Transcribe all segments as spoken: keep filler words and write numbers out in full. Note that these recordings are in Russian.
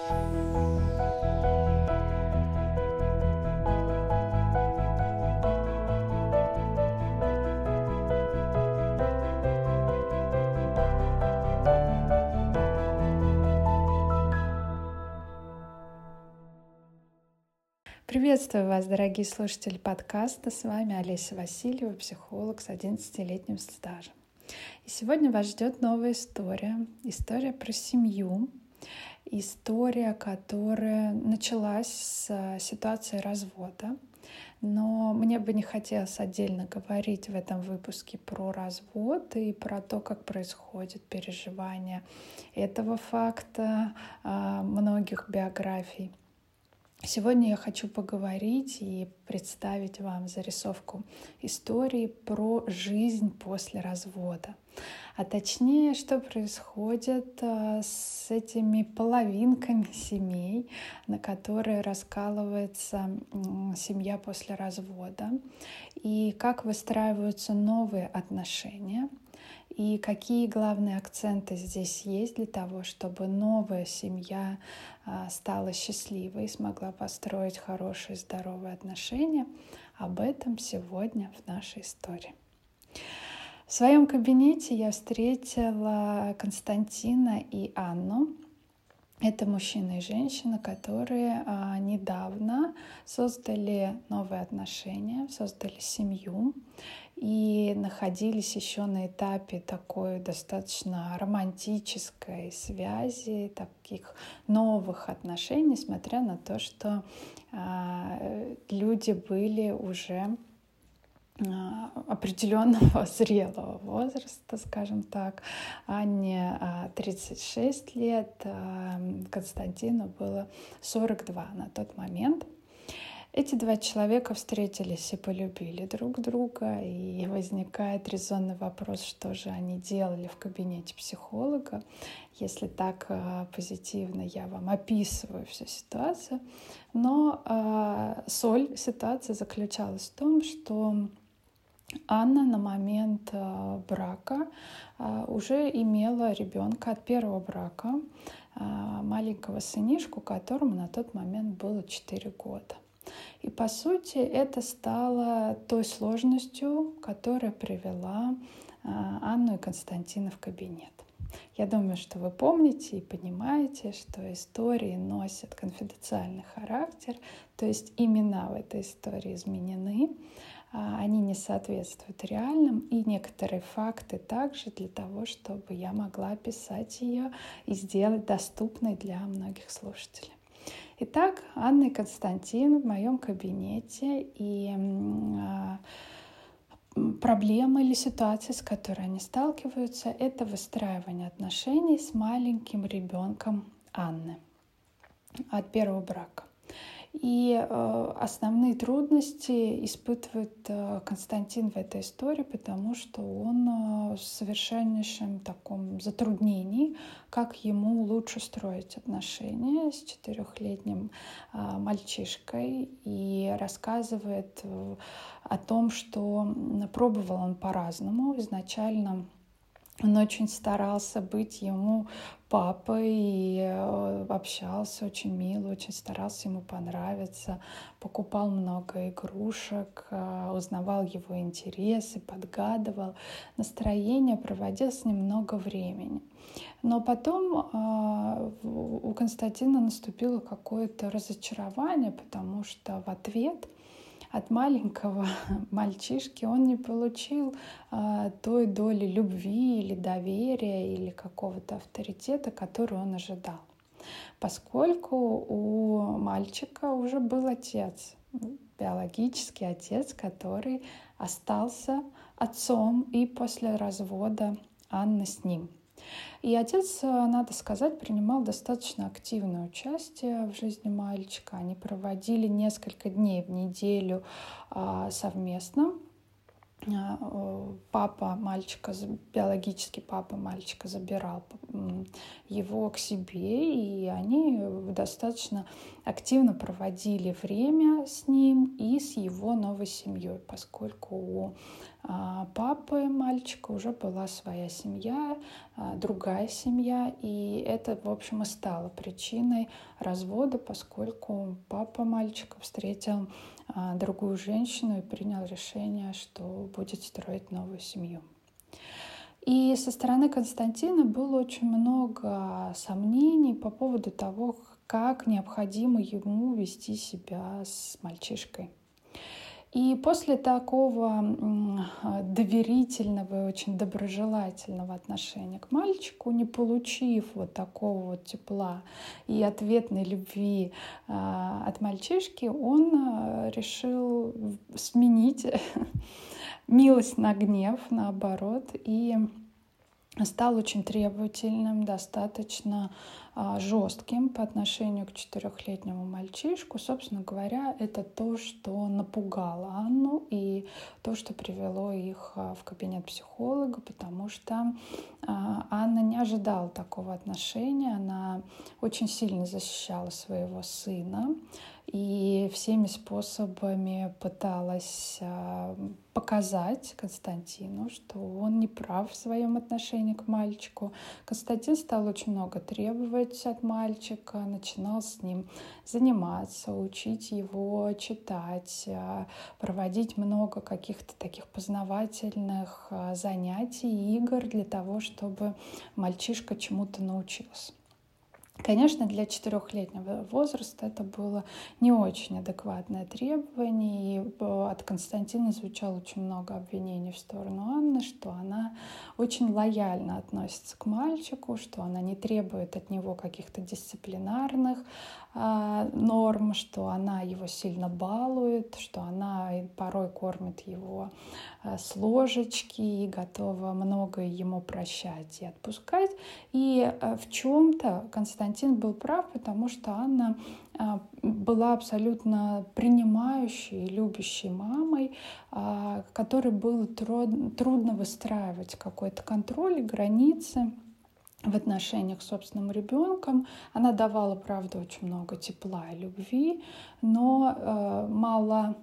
Приветствую вас, дорогие слушатели подкаста. С вами Олеся Васильева, психолог с одиннадцатилетним стажем. И сегодня вас ждет новая история. История про семью. История, которая началась с ситуации развода. Но мне бы не хотелось отдельно говорить в этом выпуске про развод и про то, как происходит переживание этого факта многих биографий. Сегодня я хочу поговорить и представить вам зарисовку истории про жизнь после развода. А точнее, что происходит с этими половинками семей, на которые раскалывается семья после развода, и как выстраиваются новые отношения, и какие главные акценты здесь есть для того, чтобы новая семья стала счастливой и смогла построить хорошие, здоровые отношения. Об этом сегодня в нашей истории. В своем кабинете я встретила Константина и Анну. Это мужчина и женщина, которые недавно создали новые отношения, создали семью и находились еще на этапе такой достаточно романтической связи, таких новых отношений, несмотря на то, что люди были уже определенного зрелого возраста, скажем так. Анне тридцать шесть лет, Константину было сорок два на тот момент. Эти два человека встретились и полюбили друг друга, и возникает резонный вопрос, что же они делали в кабинете психолога. Если так позитивно я вам описываю всю ситуацию. Но э, соль ситуации заключалась в том, что Анна на момент брака уже имела ребенка от первого брака, маленького сынишку, которому на тот момент было четыре года. И по сути это стало той сложностью, которая привела Анну и Константина в кабинет. Я думаю, что вы помните и понимаете, что истории носят конфиденциальный характер, то есть имена в этой истории изменены, они не соответствуют реальным, и некоторые факты также для того, чтобы я могла описать ее и сделать доступной для многих слушателей. Итак, Анна и Константин в моем кабинете, и проблема или ситуация, с которой они сталкиваются, это выстраивание отношений с маленьким ребенком Анны от первого брака. И э, основные трудности испытывает э, Константин в этой истории, потому что он э, в совершеннейшем таком затруднении, как ему лучше строить отношения с четырехлетним э, мальчишкой, и рассказывает э, о том, что пробовал он по-разному. Изначально он очень старался быть ему папой и общался очень мило, очень старался ему понравиться, покупал много игрушек, узнавал его интересы, подгадывал настроение, проводил с ним много времени. Но потом у Константина наступило какое-то разочарование, потому что в ответ от маленького мальчишки он не получил а, той доли любви или доверия или какого-то авторитета, который он ожидал. Поскольку у мальчика уже был отец, биологический отец, который остался отцом и после развода Анны с ним. И отец, надо сказать, принимал достаточно активное участие в жизни мальчика. Они проводили несколько дней в неделю совместно. Папа мальчика, биологический папа мальчика забирал его к себе, и они достаточно активно проводили время с ним и с его новой семьей, поскольку у папы мальчика уже была своя семья, другая семья, и это, в общем, и стало причиной развода, поскольку папа мальчика встретил другую женщину и принял решение, что будет строить новую семью. И со стороны Константина было очень много сомнений по поводу того, как необходимо ему вести себя с мальчишкой. И после такого доверительного и очень доброжелательного отношения к мальчику, не получив вот такого вот тепла и ответной любви от мальчишки, он решил сменить милость на гнев, наоборот, и стал очень требовательным, достаточно а, жестким по отношению к четырехлетнему мальчишку. Собственно говоря, это то, что напугало Анну и то, что привело их а, в кабинет психолога, потому что а, Анна не ожидала такого отношения. Она очень сильно защищала своего сына и всеми способами пыталась а, показать Константину, что он не прав в своем отношении к мальчику. Константин стал очень много требовать от мальчика, начинал с ним заниматься, учить его читать, проводить много каких-то таких познавательных занятий, игр для того, чтобы мальчишка чему-то научился. Конечно, для четырехлетнего возраста это было не очень адекватное требование, и от Константина звучало очень много обвинений в сторону Анны, что она очень лояльно относится к мальчику, что она не требует от него каких-то дисциплинарных а, норм, что она его сильно балует, что она порой кормит его а, с ложечки и готова многое ему прощать и отпускать. И а, в чем-то Константин Константин был прав, потому что Анна была абсолютно принимающей и любящей мамой, которой было трудно выстраивать какой-то контроль и границы в отношениях с собственным ребенком. Она давала, правда, очень много тепла и любви, но мало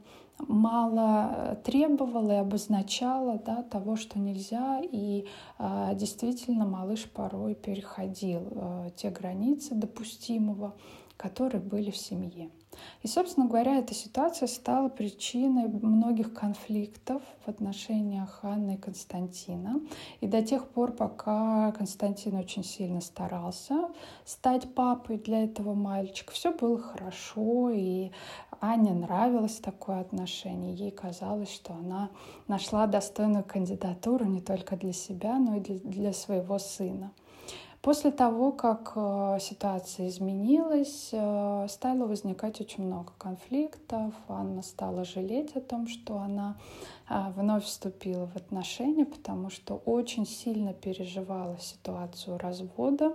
мало требовала и обозначала, да, того, что нельзя, и э, действительно малыш порой переходил э, те границы допустимого, которые были в семье. И, собственно говоря, эта ситуация стала причиной многих конфликтов в отношениях Анны и Константина. И до тех пор, пока Константин очень сильно старался стать папой для этого мальчика, все было хорошо, и Анне нравилось такое отношение. Ей казалось, что она нашла достойную кандидатуру не только для себя, но и для, для своего сына. После того, как э, ситуация изменилась, э, стало возникать очень много конфликтов. Анна стала жалеть о том, что она э, вновь вступила в отношения, потому что очень сильно переживала ситуацию развода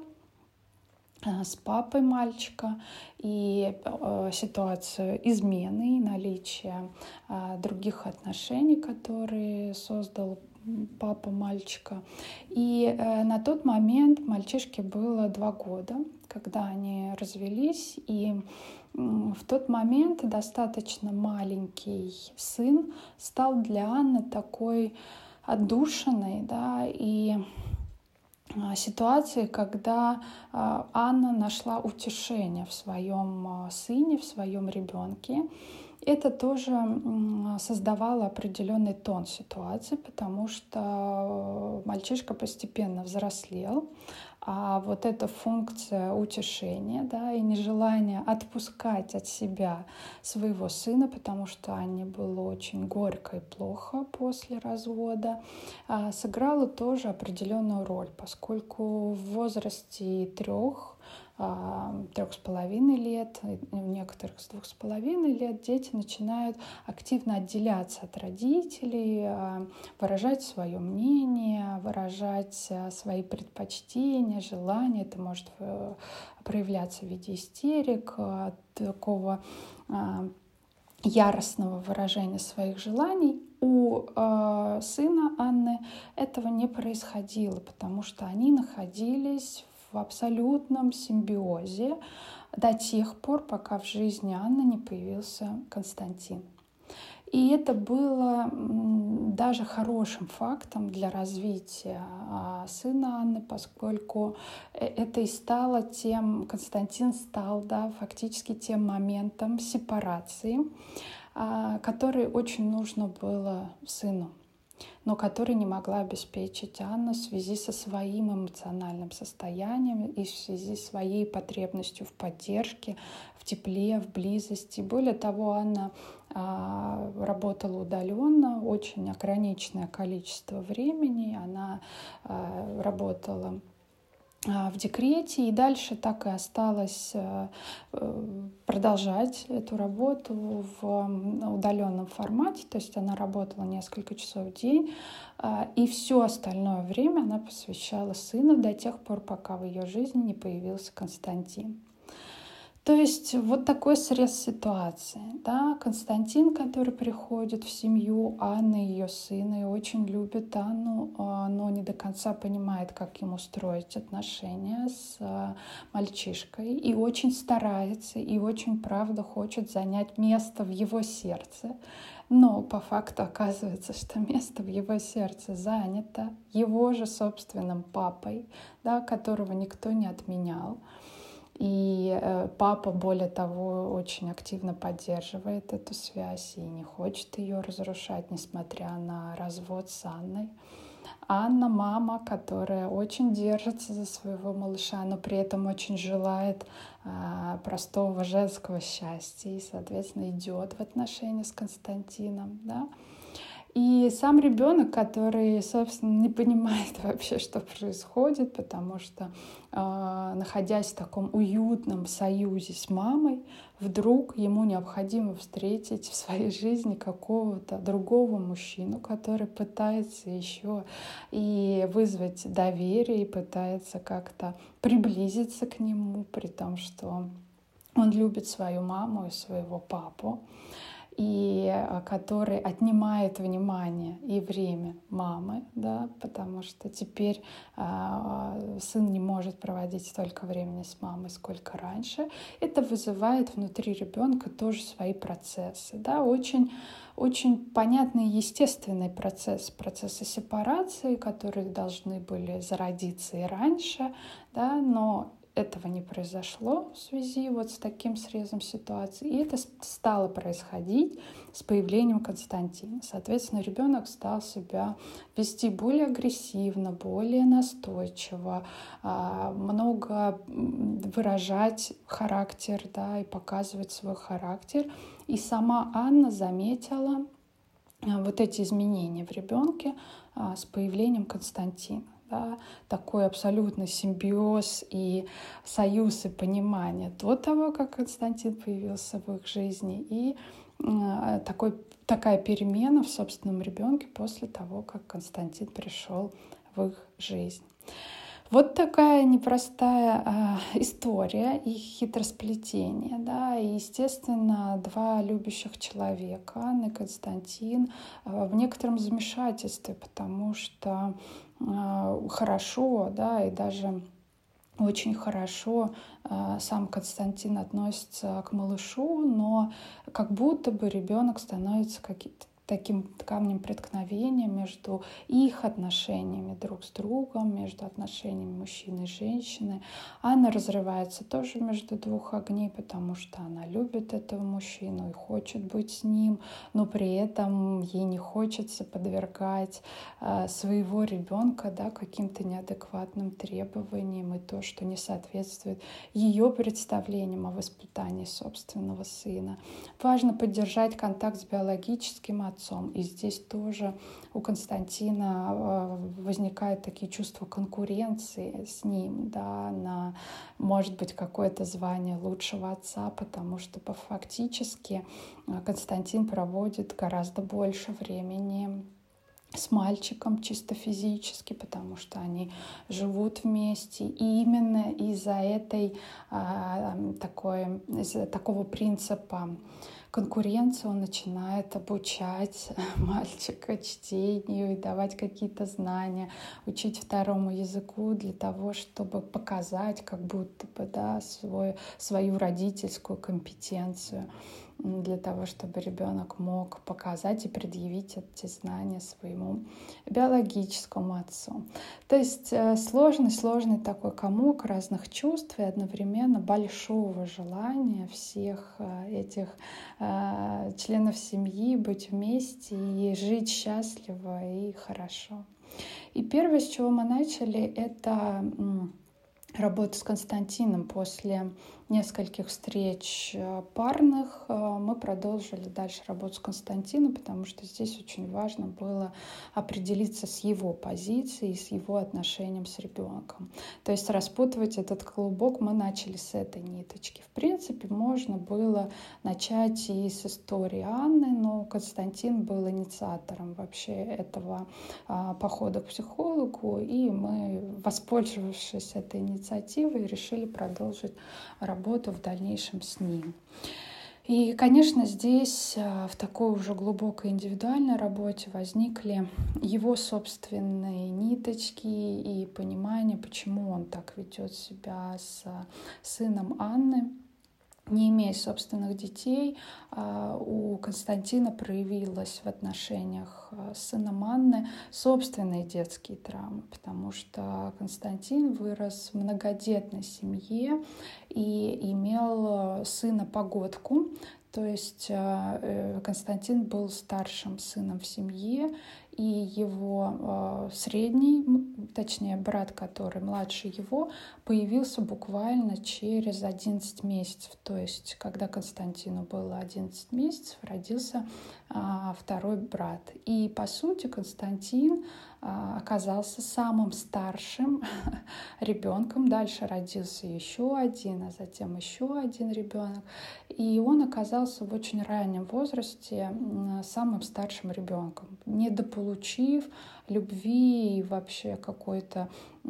э, с папой мальчика и э, ситуацию измены и наличия э, других отношений, которые создал папа мальчика. И э, на тот момент мальчишке было два года, когда они развелись. И э, в тот момент достаточно маленький сын стал для Анны такой отдушиной, да, и э, ситуацией, когда э, Анна нашла утешение в своем э, сыне, в своем ребенке. Это тоже создавало определенный тон ситуации, потому что мальчишка постепенно взрослел, а вот эта функция утешения, да, и нежелание отпускать от себя своего сына, потому что Анне было очень горько и плохо после развода, сыграла тоже определенную роль, поскольку в возрасте трех трех с половиной лет, у некоторых с двух с половиной лет дети начинают активно отделяться от родителей, выражать свое мнение, выражать свои предпочтения, желания. Это может проявляться в виде истерик, такого яростного выражения своих желаний. У э, сына Анны этого не происходило, потому что они находились в абсолютном симбиозе до тех пор, пока в жизни Анны не появился Константин. И это было даже хорошим фактом для развития сына Анны, поскольку это и стало тем, Константин стал, да, фактически тем моментом сепарации, который очень нужно было сыну, но который не могла обеспечить Анна в связи со своим эмоциональным состоянием и в связи с своей потребностью в поддержке, в тепле, в близости. Более того, Анна а, работала удаленно, очень ограниченное количество времени. Она а, работала в декрете, и дальше так и осталось продолжать эту работу в удаленном формате, то есть она работала несколько часов в день, и все остальное время она посвящала сыну до тех пор, пока в ее жизни не появился Константин. То есть вот такой срез ситуации. Да? Константин, который приходит в семью Анны, ее сына, и очень любит Анну, но не до конца понимает, как ему строить отношения с мальчишкой, и очень старается, и очень, правда, хочет занять место в его сердце. Но по факту оказывается, что место в его сердце занято его же собственным папой, да, которого никто не отменял. И папа, более того, очень активно поддерживает эту связь и не хочет ее разрушать, несмотря на развод с Анной. Анна — мама, которая очень держится за своего малыша, но при этом очень желает а, простого женского счастья и, соответственно, идет в отношения с Константином. Да? И сам ребенок, который, собственно, не понимает вообще, что происходит, потому что, э, находясь в таком уютном союзе с мамой, вдруг ему необходимо встретить в своей жизни какого-то другого мужчину, который пытается еще и вызвать доверие, и пытается как-то приблизиться к нему, при том, что он любит свою маму и своего папу, и который отнимает внимание и время мамы, да, потому что теперь э, сын не может проводить столько времени с мамой, сколько раньше. Это вызывает внутри ребенка тоже свои процессы, да, очень, очень понятный и естественный процесс, процессы сепарации, которые должны были зародиться и раньше, да, но этого не произошло в связи вот с таким срезом ситуации. И это стало происходить с появлением Константина. Соответственно, ребенок стал себя вести более агрессивно, более настойчиво, много выражать характер, да, и показывать свой характер. И сама Анна заметила вот эти изменения в ребенке с появлением Константина. Да, такой абсолютный симбиоз и союз и понимание до того, как Константин появился в их жизни, и э, такой, такая перемена в собственном ребенке после того, как Константин пришел в их жизнь. Вот такая непростая э, история и хитросплетение. Да? И, естественно, два любящих человека, Анна и Константин, э, в некотором замешательстве, потому что э, хорошо, да, и даже очень хорошо э, сам Константин относится к малышу, но как будто бы ребенок становится каким-то таким камнем преткновения между их отношениями друг с другом, между отношениями мужчины и женщины. Анна разрывается тоже между двух огней, потому что она любит этого мужчину и хочет быть с ним, но при этом ей не хочется подвергать э, своего ребенка, да, каким-то неадекватным требованиям и то, что не соответствует ее представлениям о воспитании собственного сына. Важно поддержать контакт с биологическим отцом. И здесь тоже у Константина возникают такие чувства конкуренции с ним, да, на, может быть, какое-то звание лучшего отца, потому что фактически Константин проводит гораздо больше времени с мальчиком чисто физически, потому что они живут вместе. И именно из-за этой такой, из-за такого принципа конкуренции он начинает обучать мальчика чтению и давать какие-то знания, учить второму языку для того, чтобы показать как будто бы, да, свой, свою родительскую компетенцию. для того, чтобы ребенок мог показать и предъявить эти знания своему биологическому отцу. То есть сложный, сложный такой комок разных чувств и одновременно большого желания всех этих членов семьи быть вместе и жить счастливо и хорошо. И первое, с чего мы начали, это работа с Константином. После нескольких встреч парных мы продолжили дальше работу с Константином, потому что здесь очень важно было определиться с его позицией, с его отношением с ребенком. То есть распутывать этот клубок мы начали с этой ниточки. В принципе, можно было начать и с истории Анны, но Константин был инициатором вообще этого похода к психологу, и мы, воспользовавшись этой инициативой, решили продолжить работу работу в дальнейшем с ним. И, конечно, здесь в такой уже глубокой индивидуальной работе возникли его собственные ниточки и понимание, почему он так ведет себя с сыном Анны. Не имея собственных детей, у Константина проявилась в отношениях с сыном Анны собственные детские травмы, потому что Константин вырос в многодетной семье и имел сына-погодку. То есть Константин был старшим сыном в семье, и его средний, точнее брат, который младше его, появился буквально через одиннадцать месяцев. То есть когда Константину было одиннадцать месяцев, родился второй брат. И по сути Константин оказался самым старшим ребенком. Дальше родился еще один, а затем еще один ребенок. И он оказался в очень раннем возрасте самым старшим ребенком, недополучив любви и вообще какой-то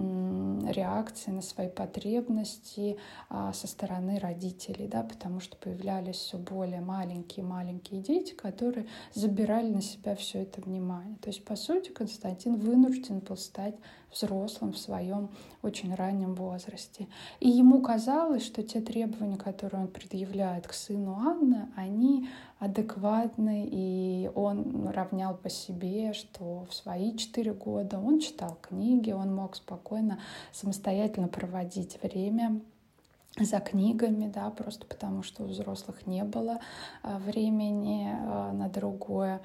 реакции на свои потребности со стороны родителей, да, потому что появлялись все более маленькие-маленькие дети, которые забирали на себя все это внимание. То есть, по сути, Константин вынужден был стать взрослым в своем очень раннем возрасте. И ему казалось, что те требования, которые он предъявляет к сыну Анны, они адекватны, и он равнял по себе, что в свои четыре года он читал книги, он мог спокойно самостоятельно проводить время за книгами, да, просто потому что у взрослых не было времени на другое.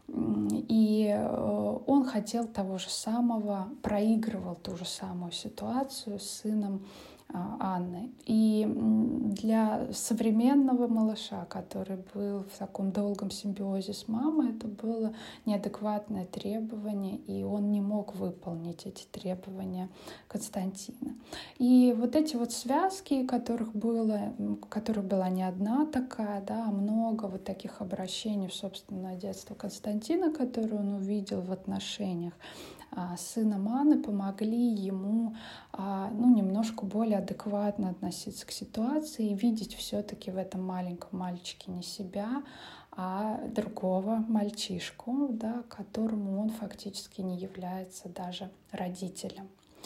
И он хотел того же самого, проигрывал ту же самую ситуацию с сыном Анны. И для современного малыша, который был в таком долгом симбиозе с мамой, это было неадекватное требование, и он не мог выполнить эти требования Константина. И вот эти вот связки, которых было, которых была не одна такая, да, а много вот таких обращений в собственное детство Константина, которые он увидел в отношениях с сыном Анны, помогли ему ну, немножко более адекватно относиться к ситуации и видеть все-таки в этом маленьком мальчике не себя, а другого мальчишку, да, которому он фактически не является даже родителем.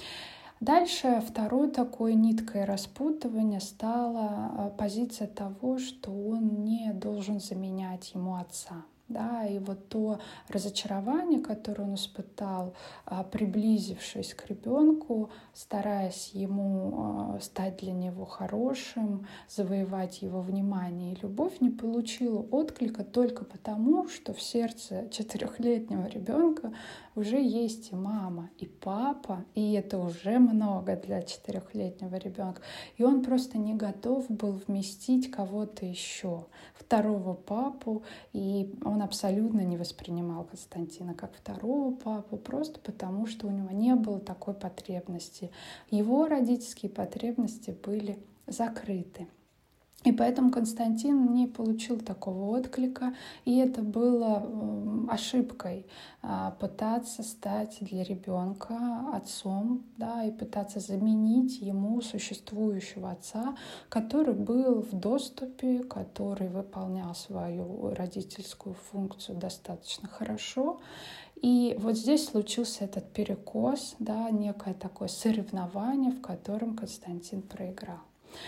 Дальше второй такой ниткой распутывания стала позиция того, что он не должен заменять ему отца. Да, и вот то разочарование, которое он испытал, приблизившись к ребенку, стараясь ему стать для него хорошим, завоевать его внимание и любовь, не получило отклика только потому, что в сердце четырехлетнего ребенка уже есть и мама, и папа, и это уже много для четырехлетнего ребенка. И он просто не готов был вместить кого-то еще, второго папу, и он абсолютно не воспринимал Константина как второго папу, просто потому что у него не было такой потребности. Его родительские потребности были закрыты. И поэтому Константин не получил такого отклика, и это было ошибкой пытаться стать для ребенка отцом, да, и пытаться заменить ему существующего отца, который был в доступе, который выполнял свою родительскую функцию достаточно хорошо. И вот здесь случился этот перекос, да, некое такое соревнование, в котором Константин проиграл.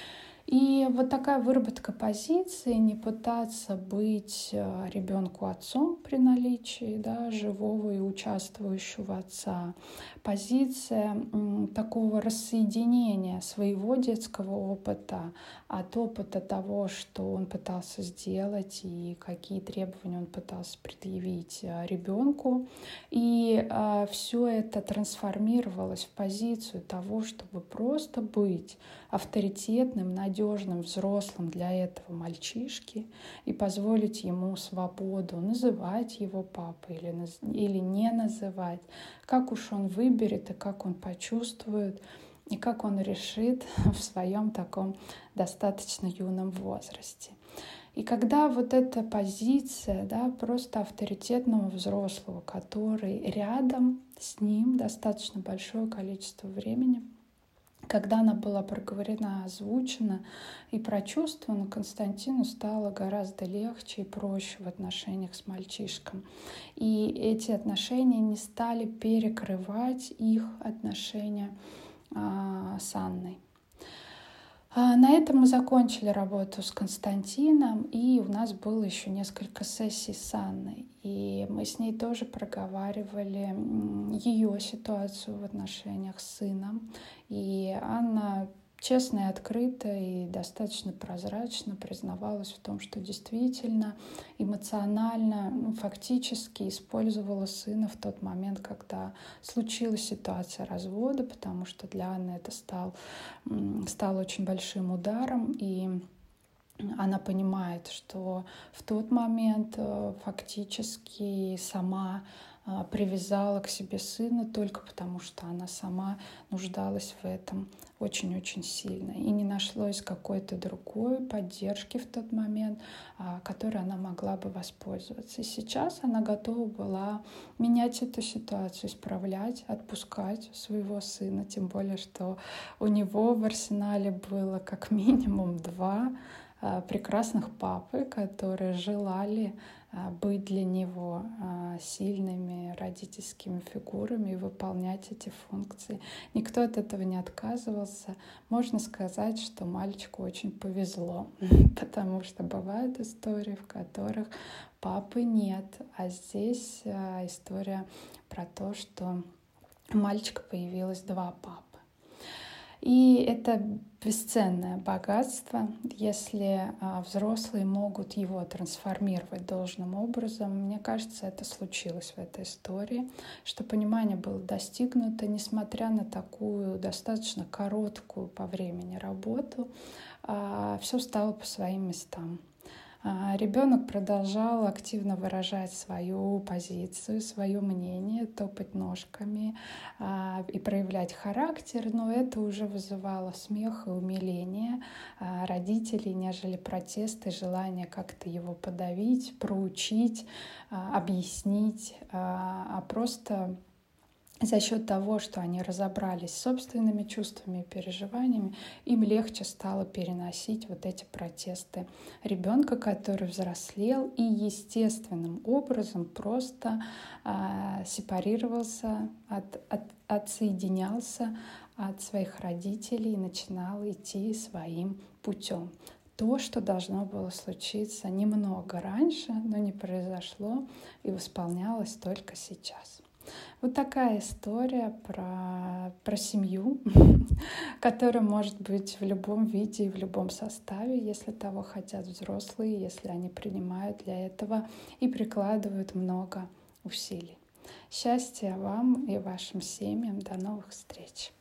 И вот такая выработка позиции, не пытаться быть ребенку отцом при наличии, да, живого и участвующего отца, позиция м, такого рассоединения своего детского опыта от опыта того, что он пытался сделать и какие требования он пытался предъявить ребенку. И а, все это трансформировалось в позицию того, чтобы просто быть авторитетным, надежным взрослым для этого мальчишки и позволить ему свободу называть его папой или, или не называть, как уж он выберет и как он почувствует, и как он решит в своем таком достаточно юном возрасте. И когда вот эта позиция, да, просто авторитетного взрослого, который рядом с ним достаточно большое количество времени, когда она была проговорена, озвучена и прочувствована, Константину стало гораздо легче и проще в отношениях с мальчишком. И эти отношения не стали перекрывать их отношения а, с Анной. На этом мы закончили работу с Константином, и у нас было еще несколько сессий с Анной. И мы с ней тоже проговаривали ее ситуацию в отношениях с сыном. И Анна честно и открыто и достаточно прозрачно признавалась в том, что действительно эмоционально, ну, фактически использовала сына в тот момент, когда случилась ситуация развода, потому что для Анны это стал, стал очень большим ударом, и она понимает, что в тот момент фактически сама привязала к себе сына только потому, что она сама нуждалась в этом очень-очень сильно. И не нашлось какой-то другой поддержки в тот момент, которой она могла бы воспользоваться. И сейчас она готова была менять эту ситуацию, исправлять, отпускать своего сына. Тем более, что у него в арсенале было как минимум два прекрасных папы, которые желали быть для него сильными родительскими фигурами и выполнять эти функции. Никто от этого не отказывался. Можно сказать, что мальчику очень повезло, потому что бывают истории, в которых папы нет, а здесь история про то, что у мальчика появилось два папы. И это бесценное богатство, если а, взрослые могут его трансформировать должным образом. Мне кажется, это случилось в этой истории, что понимание было достигнуто, несмотря на такую достаточно короткую по времени работу, а, все стало по своим местам. Ребенок продолжал активно выражать свою позицию, свое мнение, топать ножками а, и проявлять характер, но это уже вызывало смех и умиление а, родителей, нежели протесты, желание как-то его подавить, проучить, а, объяснить, а, а просто за счет того, что они разобрались с собственными чувствами и переживаниями, им легче стало переносить вот эти протесты ребенка, который взрослел и естественным образом просто а, сепарировался, от, от, отсоединялся от своих родителей и начинал идти своим путем. То, что должно было случиться немного раньше, но не произошло и восполнялось только сейчас. Вот такая история про, про семью, которая может быть в любом виде и в любом составе, если того хотят взрослые, если они принимают для этого и прикладывают много усилий. Счастья вам и вашим семьям. До новых встреч!